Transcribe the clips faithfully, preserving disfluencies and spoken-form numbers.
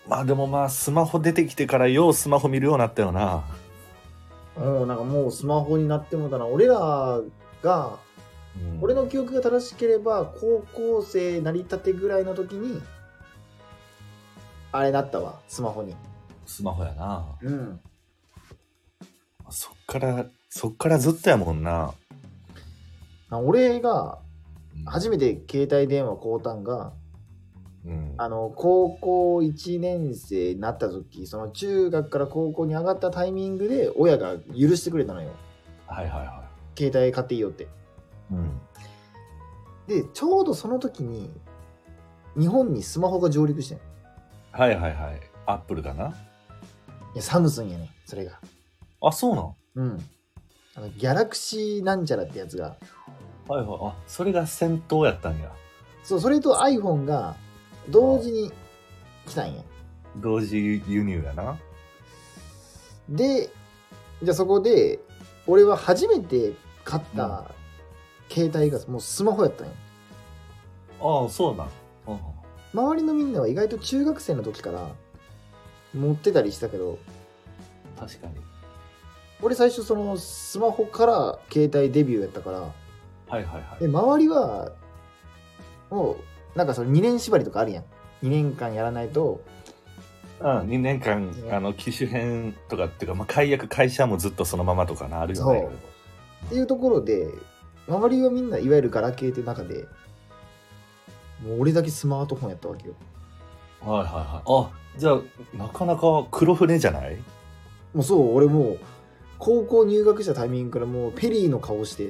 まあでもまあスマホ出てきてからようスマホ見るようになったよな。 うん、なんかもうスマホになってもだな。俺らが、うん、俺の記憶が正しければ高校生なりたてぐらいの時にあれなったわ、スマホに。 スマホやな。 うん。 そっからそっからずっとやもんな。 俺が初めて携帯電話買うたんが、うん、あの高校いちねん生になった時、その中学から高校に上がったタイミングで親が許してくれたのよ。 はいはいはい。 携帯買っていいよって。うん。でちょうどその時に日本にスマホが上陸してん。 はいはいはい。アップルかな。いやサムスンやね、それが。 あ、そうなん。 うん。あのギャラクシーなんちゃらってやつが。 はいはい。あ、それが先頭やったんや。 そう、それと iPhone が同時に来たんや。 同時輸入やな。 で、じゃあそこで俺は初めて買った携帯がもうスマホやったんや。 ああ、そうなん。うん、 周りのみんなは意外と中学生の時から持ってたりしたけど、 確かに俺最初そのスマホから携帯デビューやったから、 はいはいはい。 で周りはもうなんかそのにねん縛りとかあるやん。にねんかんやらないと。 うん、にねんかん、ね、あの機種変とかっていうか、まあ、解約会社もずっとそのままとかなあるよね。 そうっていうところで周りはみんないわゆるガラケーって中でもう俺だけスマートフォンやったわけよ。 はいはいはい。あ、じゃあなかなか黒船じゃない？ もうそう、俺もう高校入学したタイミングからもうペリーの顔して。 えー、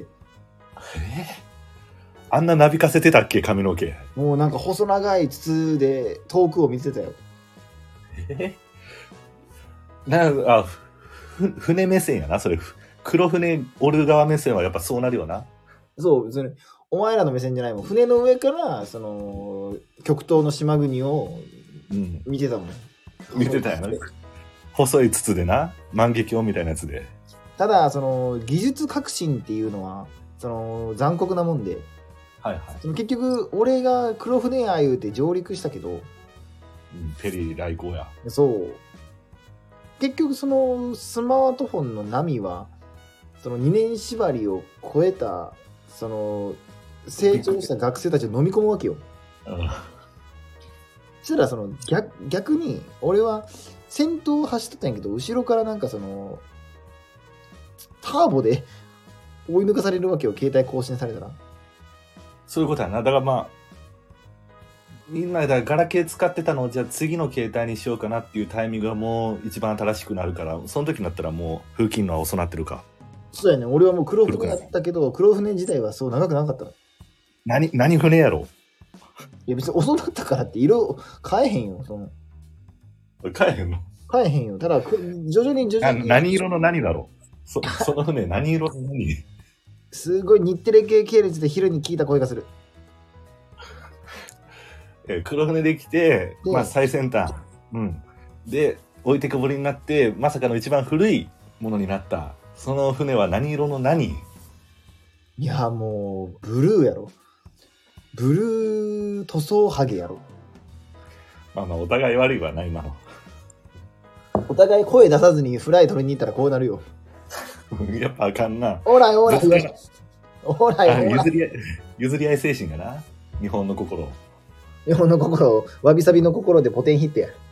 あんななびかせてたっけ、髪の毛。 もうなんか細長い筒で遠くを見てたよ。 えー、なあふ船目線やなそれ。黒船おる側目線はやっぱそうなるよな。 そう、別にお前らの目線じゃないもん。船の上からその極東の島国を見てたもん、 うん、見てたよね。細い筒でな、万華鏡みたいなやつで。 ただその技術革新っていうのはその残酷なもんで、はいはい、その結局俺が黒船や言うて上陸したけど、うん、 ペリー来航や。 そう結局そのスマートフォンの波はそのにねん縛りを超えたその成長した学生たちを飲み込むわけよ。うん、そしたらその 逆, 逆に俺は先頭を走ってたんやけど、後ろからなんかそのターボで追い抜かされるわけよ、携帯更新されたら。 そういうことやな。だからまあみんなだガラケー使ってたのをじゃあ次の携帯にしようかなっていうタイミングがもう一番新しくなるから、その時になったらもう風紀のは遅なってるか。 そうやね、俺はもう黒船だったけど、黒船自体はそう長くなかった。 何何船やろ。 いや別に遅なったからって色変えへんよ。その変えへんの？ 変えへんよ。ただ徐々に徐々に。 何色の何だろう。そ, その船何色の何？ すごい日テレ系系列で昼に聞いた声がする。 え黒船できて、まあ最先端、うん、で置いてくぼりになってまさかの一番古いものになった。その船は何色の何？ いやもうブルーやろ。ブルー塗装ハゲやろ。 まあまあお互い悪いわな今の。 お互い声出さずにフライ取りに行ったらこうなるよ。 やっぱあかんな。 オーライオーライオーライオーライ。 譲り合い譲り合い精神がな、日本の心。 日本の心をわびさびの心でポテンヒットや。